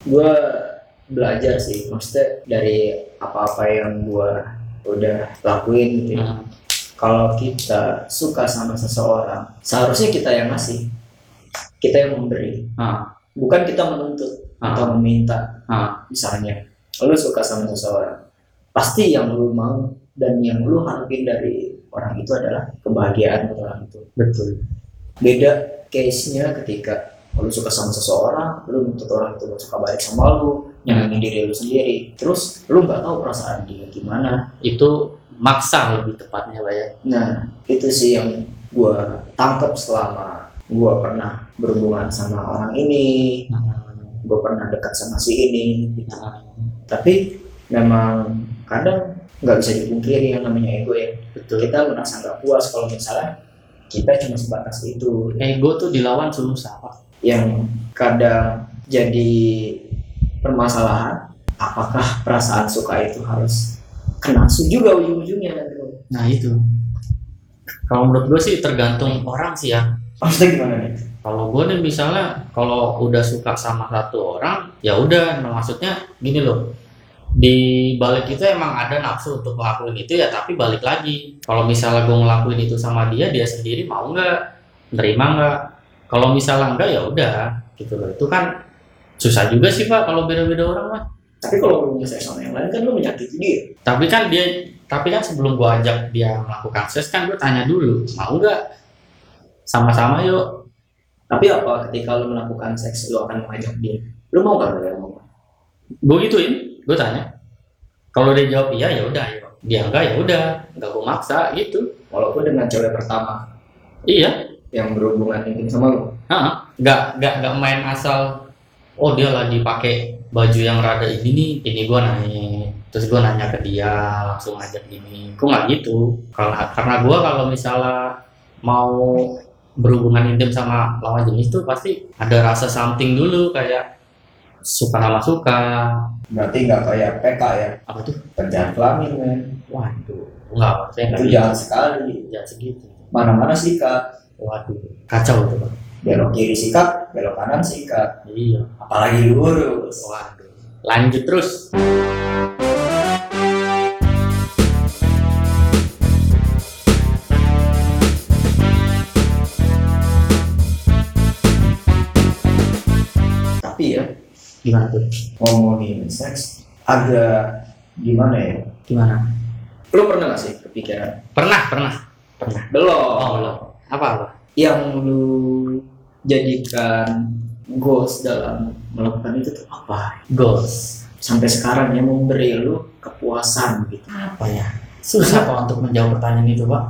Gue belajar sih, maksudnya dari apa-apa yang gue udah lakuin gitu ya. Kalau kita suka sama seseorang, seharusnya kita yang ngasih, kita yang memberi, bukan kita menuntut atau meminta. Misalnya, lu suka sama seseorang, pasti yang lu mau dan yang lu harapin dari orang itu adalah kebahagiaan buat orang itu. Betul. Beda case-nya ketika lu suka sama seseorang, lu nuntut orang itu suka balik sama lu, nyenengin diri lu sendiri, terus lu nggak tahu perasaan dia gimana. Itu maksa lebih tepatnya Pak ya. Nah, itu sih yang gue tangkap selama gue pernah berhubungan sama orang ini, gue pernah dekat sama si ini gitu. Tapi memang kadang nggak bisa dipungkiri yang namanya ego ya. Betul. Kita merasa nggak puas kalau misalnya kita cuma sebatas itu. Ego tuh dilawan susah Pak. Yang kadang jadi permasalahan, apakah perasaan suka itu harus kena nafsu juga ujung-ujungnya. Nah itu, kalau menurut gue sih tergantung orang sih ya. Maksudnya gimana nih? Kalau gue nih misalnya kalau udah suka sama satu orang, ya udah, maksudnya gini loh, di balik itu emang ada nafsu untuk ngelakuin itu ya, tapi balik lagi, kalau misalnya gue ngelakuin itu sama dia, dia sendiri mau nggak, nerima nggak? Kalau misalnya enggak ya udah gitu loh. Itu kan susah juga sih Pak kalau beda-beda orang mah. Tapi kalau lu seks sama yang lain kan lu menyakiti dia. Tapi kan sebelum gua ajak dia melakukan seks kan gue tanya dulu, mau nggak? Sama-sama yuk. Tapi apa ketika lu melakukan seks lu akan mengajak dia? Lu mau nggak dia mau? Gue gituin, gue tanya. Kalau dia jawab iya ya udah, yuk. Dia enggak ya udah, nggak gue maksa gitu. Walaupun dengan cewek pertama. Iya. Yang berhubungan intim sama lu. Nggak main asal. Oh dia lagi pakai baju yang rada ini gue nanya, terus gue nanya ke dia langsung ngajak gini. Gue nggak gitu. Karena gue kalau misalnya mau berhubungan intim sama lawan jenis tuh pasti ada rasa something dulu, kayak suka sama suka. Berarti nggak kayak PK ya? Apa tuh? Penjahat kelamin men. Waduh, enggak, saya nggak itu gitu. jahat sekali. Jangan segitu. Mana-mana sikat. Waduh, kacau itu Pak. Belok kiri sikat, belok kanan sikat. Iya. Apalagi lurus. Waduh. Lanjut terus. Tapi ya, Gimana tuh? ngomongin seks agak gimana ya? Gimana? Lu pernah gak sih kepikiran? Pernah. Belum. Oh, belum. Apa? Yang lu jadikan goals dalam melakukan itu tuh apa? Goals. Sampai sekarang yang memberi lu kepuasan gitu. Apa ya? Susah Pak untuk menjawab pertanyaan itu Pak.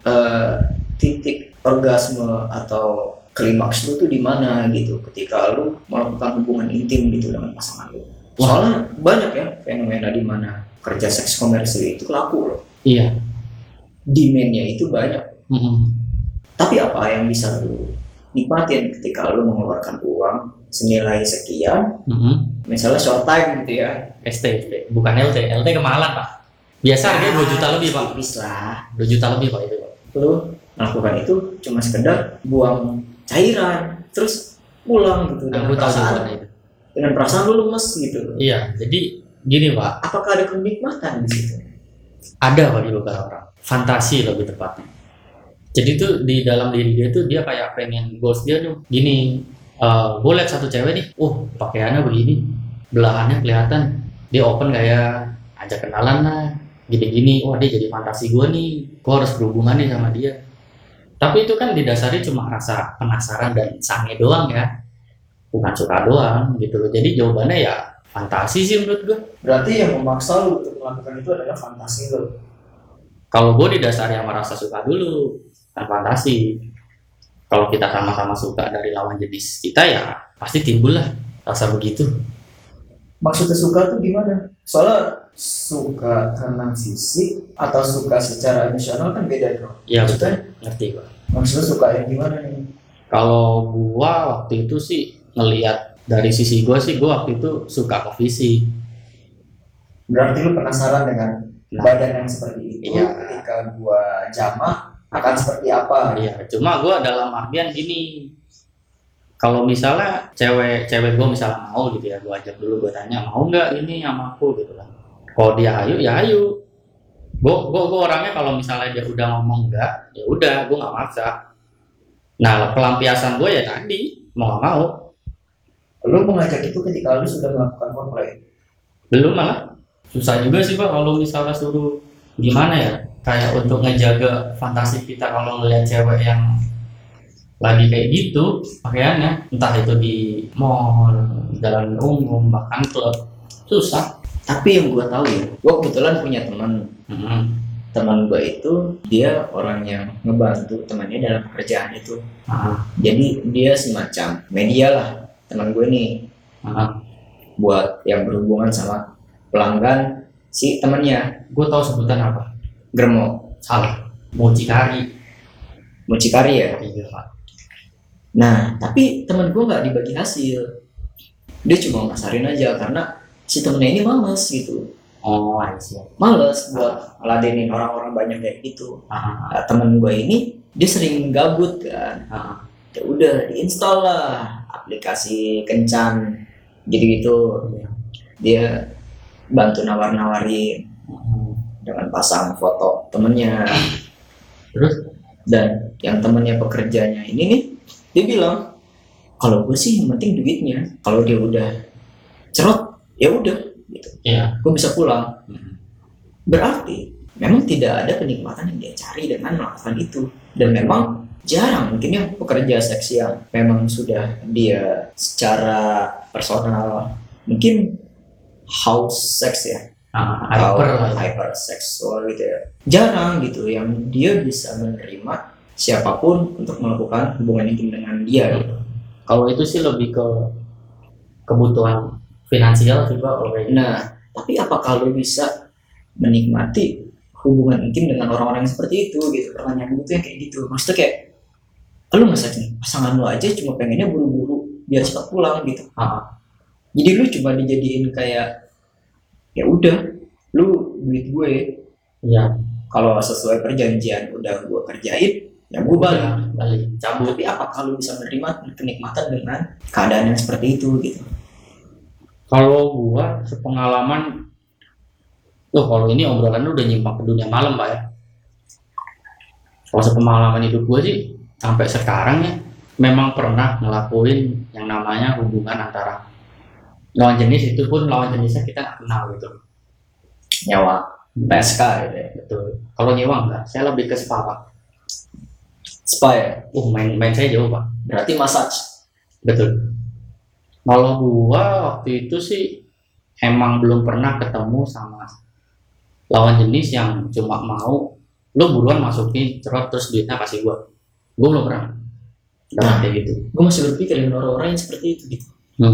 Titik orgasme atau klimaks lu tuh di mana gitu ketika lu melakukan hubungan intim gitu dengan pasangan lu. Soalnya banyak ya fenomena di mana kerja seks komersil itu laku loh. Iya. Demand-nya itu banyak. Tapi apa yang bisa lu nikmatin ketika lu mengeluarkan uang senilai sekian, misalnya short time gitu ya, ST, bukan LT kemahalan Pak. Biasa harganya 2 juta lebih Pak. Tipis lah. 2 juta lebih Pak itu Pak. Lu melakukan itu cuma sekedar buang cairan, terus pulang gitu dengan perasaan lu lemes gitu. Iya, jadi gini Pak. Apakah ada kenikmatan di situ? Ada Pak di beberapa orang. Fantasi lebih tepatnya. Jadi tuh di dalam diri dia tuh dia kayak pengen goals dia tuh gini. Gue liat satu cewek nih, pakaiannya begini, belahannya kelihatan, dia open kayak ajak kenalan lah, gini-gini. Dia jadi fantasi gue nih, gue harus berhubungan nih sama dia. Tapi itu kan didasari cuma rasa penasaran dan sange doang ya, bukan suka doang gitu loh. Jadi jawabannya ya fantasi sih menurut gue. Berarti yang memaksa lu untuk melakukan itu adalah fantasi lu. Kalau gue didasari sama rasa suka dulu, kan fantasi. Kalau kita sama-sama suka dari lawan jenis kita ya pasti timbul lah rasa begitu. Maksudnya suka tuh gimana? Soalnya suka karena fisik atau suka secara emosional kan beda bro. Iya betul, ngerti Pak. Maksudnya suka yang gimana nih? Kalau gua waktu itu sih ngelihat dari sisi gua sih, gua waktu itu suka ke fisik. Berarti lu penasaran dengan badan yang seperti itu? Iya. Ketika gua jamak akan seperti apa? Iya, cuma gua dalam artian gini, kalau misalnya cewek gue misalnya mau gitu ya, gue ajak dulu, gue tanya mau nggak ini sama aku gitu kan. Kalau dia ayo ya ayo. Gue orangnya kalau misalnya dia udah ngomong enggak, ya udah gue nggak maksa. Nah pelampiasan gue ya tadi mau nggak mau. Lu mengajak itu ketika lu sudah melakukan foreplay? Belum, malah susah juga sih Pak kalau misalnya suruh gimana ya, kayak untuk ngejaga fantasi kita kalau ngeliat cewek yang lagi kayak gitu pakaiannya, entah itu di mall, jalan umum, bahkan klub, susah. Tapi yang gue tahu ya, gue kebetulan punya teman. Teman gue itu dia orang yang ngebantu temannya dalam pekerjaan itu. Jadi dia semacam media lah, teman gue nih, buat yang berhubungan sama pelanggan si temannya. Gue tahu sebutan apa? Germo. Salah, mucikari. Mucikari ya. Iya Pak. Nah tapi teman gue nggak dibagi hasil, dia cuma ngasarin aja karena si temennya ini males gitu. Oh, iya. Males buat ngeladenin orang-orang banyak kayak gitu. Nah, temen gue ini dia sering gabut kan. Ya udah diinstal lah aplikasi kencan gitu-gitu. Dia bantu nawar-nawarin dengan pasang foto temennya. Terus? Dan yang temennya pekerjanya ini nih, dia bilang kalau gue sih yang penting duitnya. Kalau dia udah cerot ya udah gitu. Iya. Gue bisa pulang. Berarti memang tidak ada kenikmatan yang dia cari dengan melakukan itu. Dan memang jarang mungkin ya pekerja seks yang memang sudah dia secara personal mungkin house sex ya, hyper seksual gitu ya, jarang gitu yang dia bisa menerima siapapun untuk melakukan hubungan intim dengan dia gitu. Kalau itu sih lebih ke kebutuhan finansial juga. Nah, tapi apakah lu bisa menikmati hubungan intim dengan orang-orang yang seperti itu gitu? Pertanyaan gue tuh yang kayak gitu. Maksudnya kayak lu masa nih pasangan lu aja cuma pengennya buru-buru biar cepat pulang gitu. Jadi lu cuma dijadiin kayak ya udah lu duit gue. Iya. Kalau sesuai perjanjian udah gue kerjain ya gue balik cabut. Tapi apakah lu bisa menerima kenikmatan dengan keadaan yang seperti itu gitu? Kalau gua sepengalaman, kalau ini obrolan udah nyimpang ke dunia malam Pak ya. Kalau sepengalaman hidup gua sih sampai sekarang ya, memang pernah ngelakuin yang namanya hubungan antara lawan jenis, itu pun lawan jenisnya kita nggak kenal gitu. Nyawa PSK gitu ya. Betul. Kalau nyewa enggak, saya lebih ke spa Pak. Spa ya? Main saya jauh Pak. Berarti massage. Betul. Kalau gua waktu itu sih emang belum pernah ketemu sama lawan jenis yang cuma mau lu buruan masukin cerot terus duitnya kasih gua belum pernah. Kayak gitu. Gue masih berpikir dengan orang-orang yang seperti itu gitu.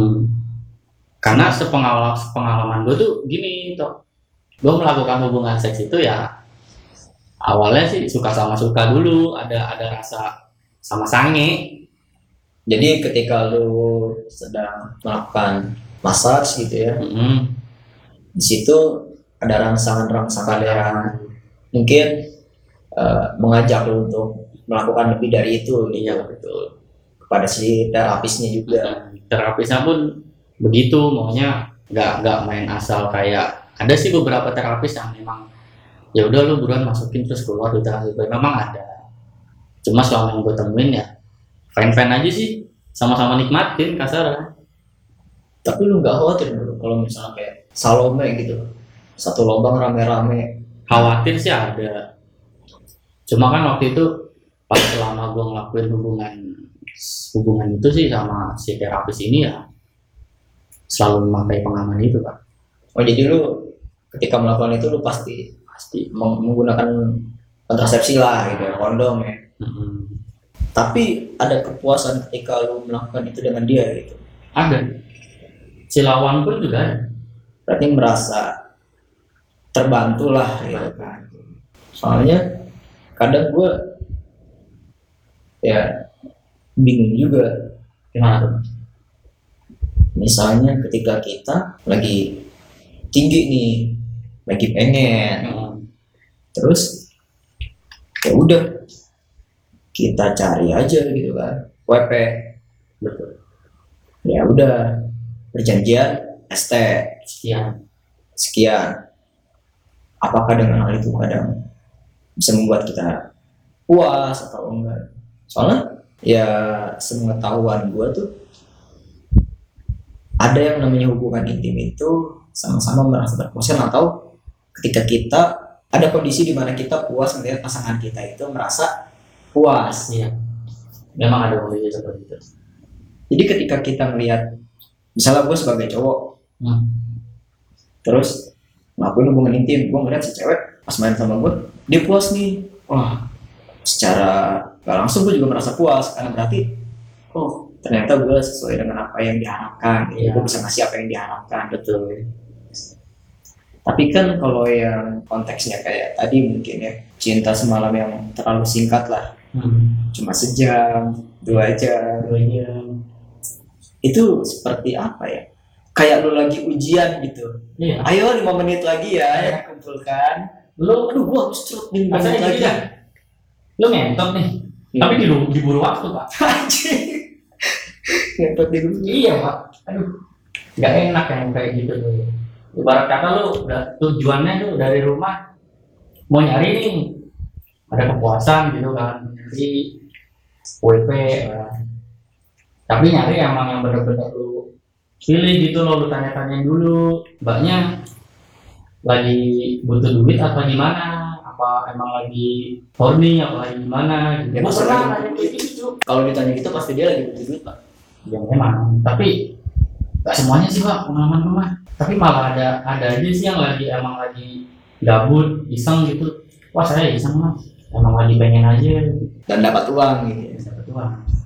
Karena sepengalaman gue tuh gini toh, gue melakukan hubungan seks itu ya awalnya sih suka sama suka dulu, ada rasa sama sange. Jadi ketika lu sedang melakukan massage gitu ya, di situ ada rangsangan-rangsangan yang mungkin mengajak lu untuk melakukan lebih dari itu. Iya betul. Kepada si terapisnya juga. Terapisnya pun begitu, maunya nggak main asal. Kayak ada sih beberapa terapis yang memang ya udah lu buruan masukin terus keluar udah kasih. Memang ada. Cuma selama yang gue temuin ya fan aja sih, sama-sama nikmatin kasar. Tapi lu nggak khawatir dulu kalau misalnya kayak Salome gitu, satu lubang rame-rame? Khawatir sih ada. Cuma kan waktu itu pas selama gue ngelakuin hubungan itu sih sama si terapis ini ya selalu memakai pengaman itu Pak. Oh jadi lu ketika melakukan itu lu pasti menggunakan kontrasepsi lah gitu ya, kondom ya. Tapi ada kepuasan ketika lu melakukan itu dengan dia gitu? Ada. Si lawan pun juga ada. Berarti merasa terbantu lah gitu kan. Soalnya kadang gue ya bingung juga. Gimana tuh? Misalnya ketika kita lagi tinggi nih, lagi pengen, terus ya udah kita cari aja gitu kan WP. Betul. Ya udah, perjanjian ST sekian. Apakah dengan hal itu kadang bisa membuat kita puas atau enggak? Soalnya ya sepengetahuan gue tuh ada yang namanya hubungan intim itu sama-sama merasa terpuaskan, atau ketika kita ada kondisi di mana kita puas melihat pasangan kita itu merasa puas. Iya. Memang ada kondisi seperti itu. Jadi ketika kita melihat, misalnya gue sebagai cowok, terus ngelakuin hubungan intim, gue ngeliat si cewek pas main sama gue, dia puas nih. Wah, secara gak langsung gue juga merasa puas, karena berarti, oh ternyata gue sesuai dengan apa yang diharapkan. Iya. Gue bisa ngasih apa yang diharapkan. Betul. Tapi kan kalau yang konteksnya kayak tadi mungkin ya, cinta semalam yang terlalu singkat lah, cuma sejam, 2 jam, itu seperti apa ya? Kayak lu lagi ujian gitu. Iya. Ayo 5 menit lagi ya, kumpulkan. Aduh gua harus cerut 5 menit Rasanya lagi. gitu kan? Lu ngentot nih, tapi diburu waktu Pak. Anjing. Ngentot di dulu. Iya Pak. Aduh, nggak enak yang kayak gitu tuh. Ibarat kata lu udah tujuannya tuh dari rumah mau nyari nih, ada kepuasan gitu kan, nyari WP, tapi nyari emang yang bener-bener lu pilih gitu loh, lu tanya-tanya dulu, mbaknya lagi butuh duit apa gimana, apa emang lagi horny apa lagi gimana gitu. Ya, Gua maksudnya pernah lagi nanya kayak gitu. Kalau ditanya gitu pasti dia lagi butuh duit, Pak. Ya memang, tapi gak semuanya sih Pak, pengalaman rumah. Tapi malah ada aja sih yang emang lagi gabut, iseng gitu. Wah saya iseng Mas, emang lagi pengen aja Dan dapat uang gitu. dapat uang.